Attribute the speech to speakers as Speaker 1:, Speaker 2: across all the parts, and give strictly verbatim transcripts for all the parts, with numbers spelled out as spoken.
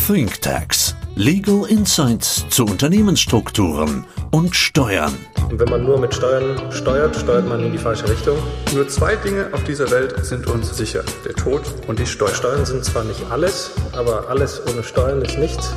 Speaker 1: ThinkTax. Legal Insights zu Unternehmensstrukturen und Steuern.
Speaker 2: Und wenn man nur mit Steuern steuert, steuert man in die falsche Richtung. Nur zwei Dinge auf dieser Welt sind uns sicher: der Tod und die Steuern. Steuern sind zwar nicht alles, aber alles ohne Steuern ist nichts.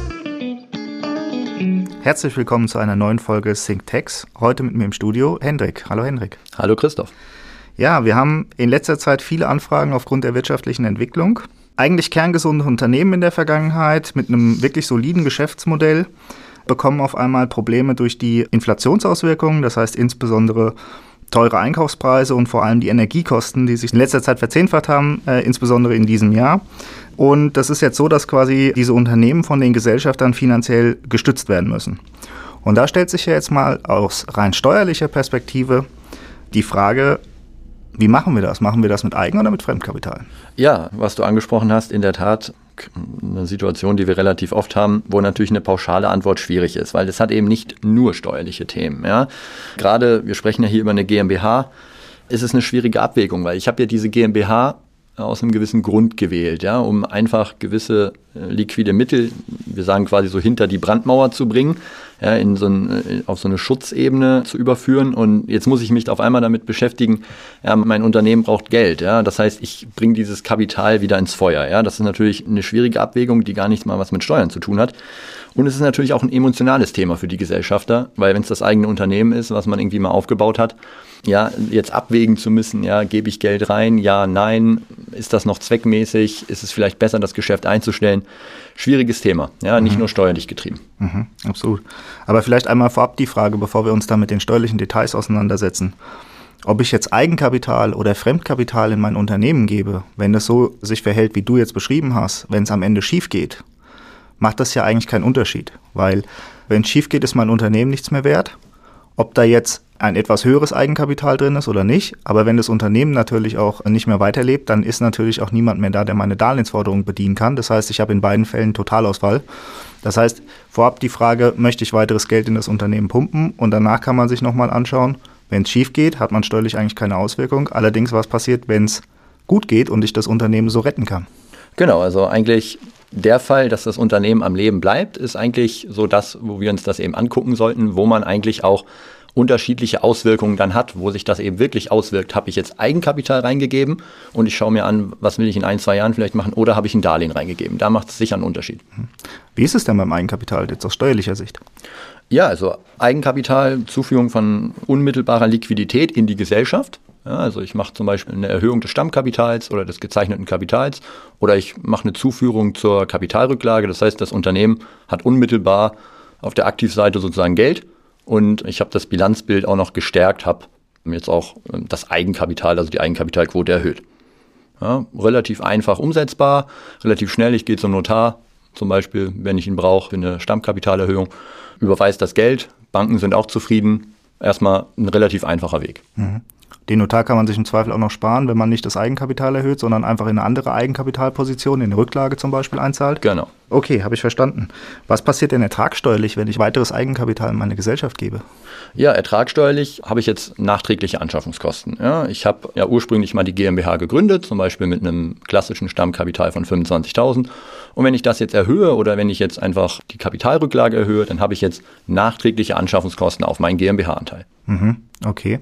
Speaker 3: Herzlich willkommen zu einer neuen Folge ThinkTax. Heute mit mir im Studio Hendrik. Hallo Hendrik.
Speaker 4: Hallo Christoph.
Speaker 3: Ja, wir haben in letzter Zeit viele Anfragen aufgrund der wirtschaftlichen Entwicklung. Eigentlich kerngesunde Unternehmen in der Vergangenheit mit einem wirklich soliden Geschäftsmodell bekommen auf einmal Probleme durch die Inflationsauswirkungen, das heißt insbesondere teure Einkaufspreise und vor allem die Energiekosten, die sich in letzter Zeit verzehnfacht haben, äh, insbesondere in diesem Jahr. Und das ist jetzt so, dass quasi diese Unternehmen von den Gesellschaftern finanziell gestützt werden müssen. Und da stellt sich ja jetzt mal aus rein steuerlicher Perspektive die Frage: Wie machen wir das? Machen wir das mit Eigen- oder mit Fremdkapital?
Speaker 4: Ja, was du angesprochen hast, in der Tat eine Situation, die wir relativ oft haben, wo natürlich eine pauschale Antwort schwierig ist, weil das hat eben nicht nur steuerliche Themen. Ja? Gerade, wir sprechen ja hier über eine GmbH, ist es eine schwierige Abwägung, weil ich habe ja diese GmbH aus einem gewissen Grund gewählt, ja, um einfach gewisse äh, liquide Mittel, wir sagen quasi so hinter die Brandmauer zu bringen, ja, in so ein, auf so eine Schutzebene zu überführen. Und jetzt muss ich mich auf einmal damit beschäftigen, ja, mein Unternehmen braucht Geld. Ja, das heißt, ich bringe dieses Kapital wieder ins Feuer. Ja, das ist natürlich eine schwierige Abwägung, die gar nichts mal was mit Steuern zu tun hat. Und es ist natürlich auch ein emotionales Thema für die Gesellschafter, weil wenn es das eigene Unternehmen ist, was man irgendwie mal aufgebaut hat, ja, jetzt abwägen zu müssen, ja, gebe ich Geld rein, ja, nein, ist das noch zweckmäßig, ist es vielleicht besser, das Geschäft einzustellen? Schwieriges Thema, ja, nicht mhm. nur steuerlich getrieben.
Speaker 3: Mhm, absolut. Aber vielleicht einmal vorab die Frage, bevor wir uns da mit den steuerlichen Details auseinandersetzen. Ob ich jetzt Eigenkapital oder Fremdkapital in mein Unternehmen gebe, wenn das so sich verhält, wie du jetzt beschrieben hast, wenn es am Ende schief geht, macht das ja eigentlich keinen Unterschied. Weil wenn es schief geht, ist mein Unternehmen nichts mehr wert. Ob da jetzt ein etwas höheres Eigenkapital drin ist oder nicht. Aber wenn das Unternehmen natürlich auch nicht mehr weiterlebt, dann ist natürlich auch niemand mehr da, der meine Darlehensforderungen bedienen kann. Das heißt, ich habe in beiden Fällen Totalausfall. Das heißt, vorab die Frage, möchte ich weiteres Geld in das Unternehmen pumpen? Und danach kann man sich nochmal anschauen, wenn es schief geht, hat man steuerlich eigentlich keine Auswirkung. Allerdings, was passiert, wenn es gut geht und ich das Unternehmen so retten kann?
Speaker 4: Genau, also eigentlich der Fall, dass das Unternehmen am Leben bleibt, ist eigentlich so das, wo wir uns das eben angucken sollten, wo man eigentlich auch unterschiedliche Auswirkungen dann hat, wo sich das eben wirklich auswirkt. Habe ich jetzt Eigenkapital reingegeben und ich schaue mir an, was will ich in ein, zwei Jahren vielleicht machen, oder habe ich ein Darlehen reingegeben. Da macht es sicher einen Unterschied.
Speaker 3: Wie ist es denn beim Eigenkapital jetzt aus steuerlicher Sicht?
Speaker 4: Ja, also Eigenkapital, Zuführung von unmittelbarer Liquidität in die Gesellschaft. Ja, also ich mache zum Beispiel eine Erhöhung des Stammkapitals oder des gezeichneten Kapitals oder ich mache eine Zuführung zur Kapitalrücklage. Das heißt, das Unternehmen hat unmittelbar auf der Aktivseite sozusagen Geld und ich habe das Bilanzbild auch noch gestärkt, habe jetzt auch das Eigenkapital, also die Eigenkapitalquote erhöht. Ja, relativ einfach umsetzbar, relativ schnell. Ich gehe zum Notar, zum Beispiel, wenn ich ihn brauche, für eine Stammkapitalerhöhung, überweise das Geld, Banken sind auch zufrieden. Erstmal ein relativ einfacher Weg.
Speaker 3: Mhm. Den Notar kann man sich im Zweifel auch noch sparen, wenn man nicht das Eigenkapital erhöht, sondern einfach in eine andere Eigenkapitalposition, in eine Rücklage zum Beispiel einzahlt?
Speaker 4: Genau.
Speaker 3: Okay, habe ich verstanden. Was passiert denn ertragssteuerlich, wenn ich weiteres Eigenkapital in meine Gesellschaft gebe?
Speaker 4: Ja, ertragssteuerlich habe ich jetzt nachträgliche Anschaffungskosten. Ja, ich habe ja ursprünglich mal die GmbH gegründet, zum Beispiel mit einem klassischen Stammkapital von fünfundzwanzigtausend. Und wenn ich das jetzt erhöhe oder wenn ich jetzt einfach die Kapitalrücklage erhöhe, dann habe ich jetzt nachträgliche Anschaffungskosten auf meinen GmbH-Anteil.
Speaker 3: Mhm, okay.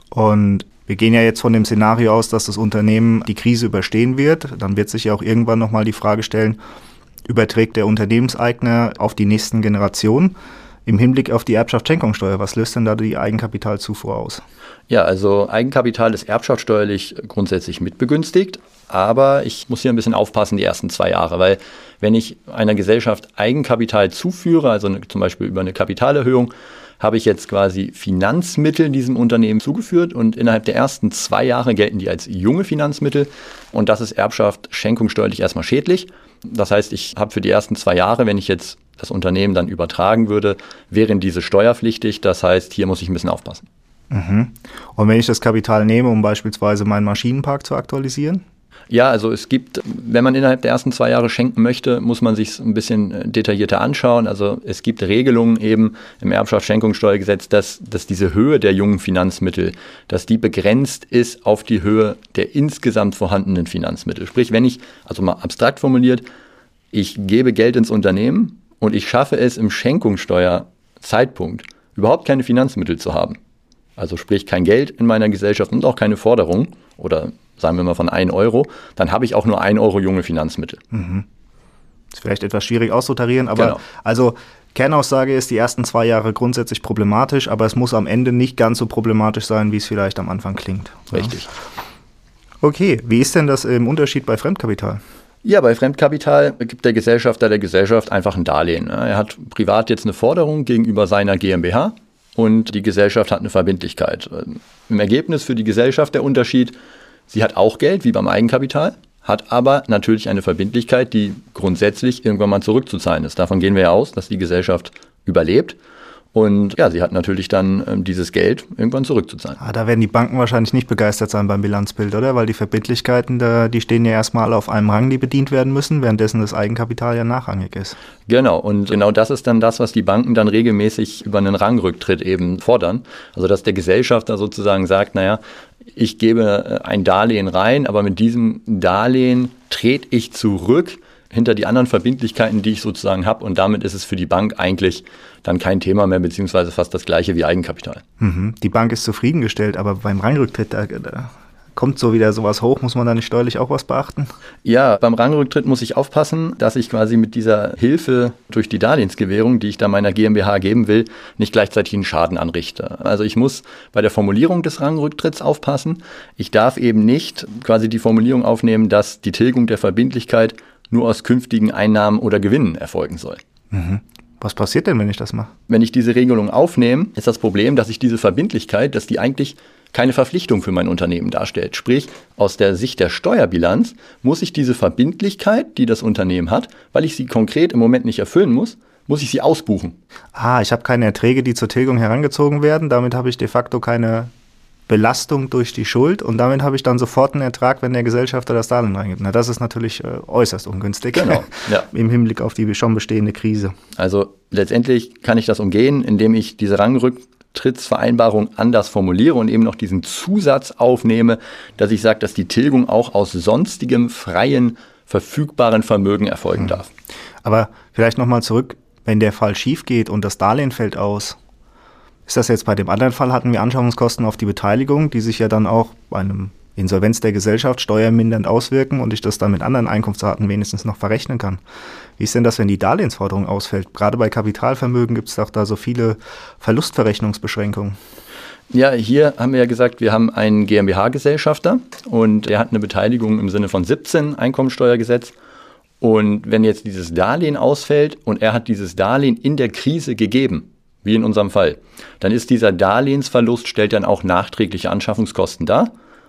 Speaker 3: Und wir gehen ja jetzt von dem Szenario aus, dass das Unternehmen die Krise überstehen wird. Dann wird sich ja auch irgendwann nochmal die Frage stellen, überträgt der Unternehmenseigner auf die nächsten Generationen? Im Hinblick auf die Erbschaftsschenkungssteuer, was löst denn da die Eigenkapitalzufuhr aus?
Speaker 4: Ja, also Eigenkapital ist erbschaftssteuerlich grundsätzlich mitbegünstigt, aber ich muss hier ein bisschen aufpassen die ersten zwei Jahre, weil wenn ich einer Gesellschaft Eigenkapital zuführe, also eine, zum Beispiel über eine Kapitalerhöhung, habe ich jetzt quasi Finanzmittel diesem Unternehmen zugeführt und innerhalb der ersten zwei Jahre gelten die als junge Finanzmittel und das ist Erbschaft schenkungssteuerlich erstmal schädlich. Das heißt, ich habe für die ersten zwei Jahre, wenn ich jetzt das Unternehmen dann übertragen würde, wären diese steuerpflichtig. Das heißt, hier muss ich ein bisschen aufpassen.
Speaker 3: Mhm. Und wenn ich das Kapital nehme, um beispielsweise meinen Maschinenpark zu aktualisieren?
Speaker 4: Ja, also es gibt, wenn man innerhalb der ersten zwei Jahre schenken möchte, muss man sich ein bisschen detaillierter anschauen. Also es gibt Regelungen eben im Erbschaftsschenkungssteuergesetz, dass, dass diese Höhe der jungen Finanzmittel, dass die begrenzt ist auf die Höhe der insgesamt vorhandenen Finanzmittel. Sprich, wenn ich, also mal abstrakt formuliert, ich gebe Geld ins Unternehmen und ich schaffe es im Schenkungssteuerzeitpunkt überhaupt keine Finanzmittel zu haben. Also sprich kein Geld in meiner Gesellschaft und auch keine Forderung oder sagen wir mal von ein Euro, dann habe ich auch nur ein Euro junge Finanzmittel.
Speaker 3: Mhm. Ist vielleicht etwas schwierig auszutarieren, aber
Speaker 4: genau.
Speaker 3: Also Kernaussage ist, die ersten zwei Jahre grundsätzlich problematisch, aber es muss am Ende nicht ganz so problematisch sein, wie es vielleicht am Anfang klingt.
Speaker 4: Richtig.
Speaker 3: Ja. Okay, wie ist denn das im Unterschied bei Fremdkapital?
Speaker 4: Ja, bei Fremdkapital gibt der Gesellschafter der Gesellschaft einfach ein Darlehen. Er hat privat jetzt eine Forderung gegenüber seiner GmbH und die Gesellschaft hat eine Verbindlichkeit. Im Ergebnis für die Gesellschaft der Unterschied, sie hat auch Geld wie beim Eigenkapital, hat aber natürlich eine Verbindlichkeit, die grundsätzlich irgendwann mal zurückzuzahlen ist. Davon gehen wir ja aus, dass die Gesellschaft überlebt. Und ja, sie hat natürlich dann ähm, dieses Geld irgendwann zurückzuzahlen.
Speaker 3: Ah, da werden die Banken wahrscheinlich nicht begeistert sein beim Bilanzbild, oder? Weil die Verbindlichkeiten, da, die stehen ja erstmal alle auf einem Rang, die bedient werden müssen, währenddessen das Eigenkapital ja nachrangig ist.
Speaker 4: Genau, und genau das ist dann das, was die Banken dann regelmäßig über einen Rangrücktritt eben fordern. Also dass der Gesellschafter sozusagen sagt, naja, ich gebe ein Darlehen rein, aber mit diesem Darlehen trete ich zurück hinter die anderen Verbindlichkeiten, die ich sozusagen habe. Und damit ist es für die Bank eigentlich dann kein Thema mehr, beziehungsweise fast das gleiche wie Eigenkapital.
Speaker 3: Mhm. Die Bank ist zufriedengestellt, aber beim Rangrücktritt, da, da kommt so wieder sowas hoch. Muss man da nicht steuerlich auch was beachten?
Speaker 4: Ja, beim Rangrücktritt muss ich aufpassen, dass ich quasi mit dieser Hilfe durch die Darlehensgewährung, die ich da meiner GmbH geben will, nicht gleichzeitig einen Schaden anrichte. Also ich muss bei der Formulierung des Rangrücktritts aufpassen. Ich darf eben nicht quasi die Formulierung aufnehmen, dass die Tilgung der Verbindlichkeit nur aus künftigen Einnahmen oder Gewinnen erfolgen soll.
Speaker 3: Mhm. Was passiert denn, wenn ich das mache?
Speaker 4: Wenn ich diese Regelung aufnehme, ist das Problem, dass ich diese Verbindlichkeit, dass die eigentlich keine Verpflichtung für mein Unternehmen darstellt. Sprich, aus der Sicht der Steuerbilanz muss ich diese Verbindlichkeit, die das Unternehmen hat, weil ich sie konkret im Moment nicht erfüllen muss, muss ich sie ausbuchen.
Speaker 3: Ah, ich habe keine Erträge, die zur Tilgung herangezogen werden. Damit habe ich de facto keine Belastung durch die Schuld und damit habe ich dann sofort einen Ertrag, wenn der Gesellschafter das Darlehen reingibt. Na, das ist natürlich äh, äußerst ungünstig.
Speaker 4: Genau, ja.
Speaker 3: Im Hinblick auf die schon bestehende Krise.
Speaker 4: Also letztendlich kann ich das umgehen, indem ich diese Rangrücktrittsvereinbarung anders formuliere und eben noch diesen Zusatz aufnehme, dass ich sage, dass die Tilgung auch aus sonstigem freien, verfügbaren Vermögen erfolgen darf.
Speaker 3: Aber vielleicht nochmal zurück, wenn der Fall schief geht und das Darlehen fällt aus, ist das jetzt bei dem anderen Fall, hatten wir Anschaffungskosten auf die Beteiligung, die sich ja dann auch bei einem Insolvenz der Gesellschaft steuermindernd auswirken und ich das dann mit anderen Einkunftsarten wenigstens noch verrechnen kann. Wie ist denn das, wenn die Darlehensforderung ausfällt? Gerade bei Kapitalvermögen gibt es doch da so viele Verlustverrechnungsbeschränkungen.
Speaker 4: Ja, hier haben wir ja gesagt, wir haben einen GmbH-Gesellschafter und der hat eine Beteiligung im Sinne von siebzehn Einkommensteuergesetz. Und wenn jetzt dieses Darlehen ausfällt und er hat dieses Darlehen in der Krise gegeben, wie in unserem Fall, dann ist dieser Darlehensverlust, stellt dann auch nachträgliche Anschaffungskosten dar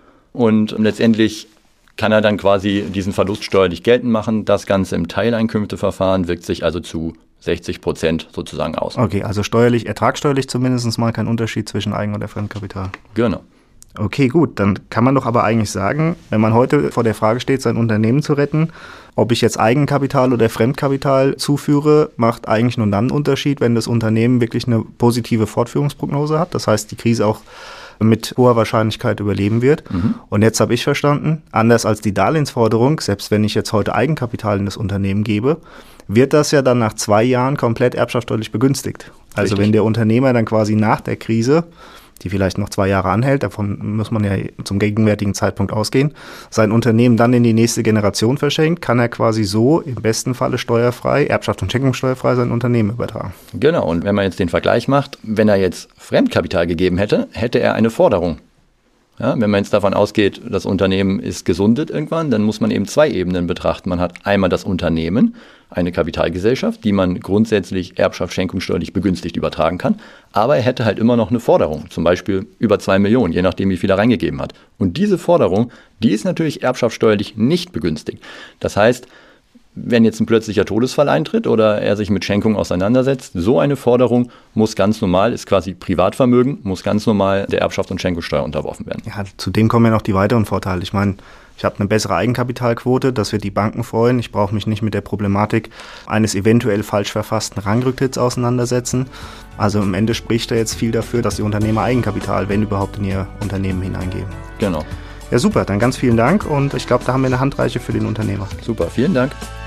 Speaker 4: und letztendlich kann er dann quasi diesen Verlust steuerlich geltend machen. Das Ganze im Teileinkünfteverfahren wirkt sich also zu sechzig Prozent sozusagen aus.
Speaker 3: Okay, also steuerlich, ertragssteuerlich zumindest mal kein Unterschied zwischen Eigen- oder Fremdkapital.
Speaker 4: Genau.
Speaker 3: Okay, gut, dann kann man doch aber eigentlich sagen, wenn man heute vor der Frage steht, sein Unternehmen zu retten, ob ich jetzt Eigenkapital oder Fremdkapital zuführe, macht eigentlich nur dann einen Unterschied, wenn das Unternehmen wirklich eine positive Fortführungsprognose hat. Das heißt, die Krise auch mit hoher Wahrscheinlichkeit überleben wird. Mhm. Und jetzt habe ich verstanden, anders als die Darlehensforderung, selbst wenn ich jetzt heute Eigenkapital in das Unternehmen gebe, wird das ja dann nach zwei Jahren komplett erbschaftssteuerlich begünstigt. Also Richtig. Wenn der Unternehmer dann quasi nach der Krise, die vielleicht noch zwei Jahre anhält, davon muss man ja zum gegenwärtigen Zeitpunkt ausgehen, sein Unternehmen dann in die nächste Generation verschenkt, kann er quasi so im besten Falle steuerfrei, Erbschaft und Schenkungssteuerfrei sein Unternehmen übertragen.
Speaker 4: Genau, und wenn man jetzt den Vergleich macht, wenn er jetzt Fremdkapital gegeben hätte, hätte er eine Forderung. Ja, wenn man jetzt davon ausgeht, das Unternehmen ist gesundet irgendwann, dann muss man eben zwei Ebenen betrachten. Man hat einmal das Unternehmen, eine Kapitalgesellschaft, die man grundsätzlich Erbschaft, schenkungssteuerlich begünstigt übertragen kann. Aber er hätte halt immer noch eine Forderung, zum Beispiel über zwei Millionen, je nachdem, wie viel er reingegeben hat. Und diese Forderung, die ist natürlich erbschaftssteuerlich nicht begünstigt. Das heißt, wenn jetzt ein plötzlicher Todesfall eintritt oder er sich mit Schenkung auseinandersetzt, so eine Forderung muss ganz normal, ist quasi Privatvermögen, muss ganz normal der Erbschaft und Schenkungssteuer unterworfen werden.
Speaker 3: Ja, zudem kommen ja noch die weiteren Vorteile. Ich meine, ich habe eine bessere Eigenkapitalquote, das wird die Banken freuen. Ich brauche mich nicht mit der Problematik eines eventuell falsch verfassten Rangrücktritts auseinandersetzen. Also am Ende spricht da jetzt viel dafür, dass die Unternehmer Eigenkapital, wenn überhaupt, in ihr Unternehmen hineingeben.
Speaker 4: Genau.
Speaker 3: Ja, super. Dann ganz vielen Dank und ich glaube, da haben wir eine Handreiche für den Unternehmer.
Speaker 4: Super, vielen Dank.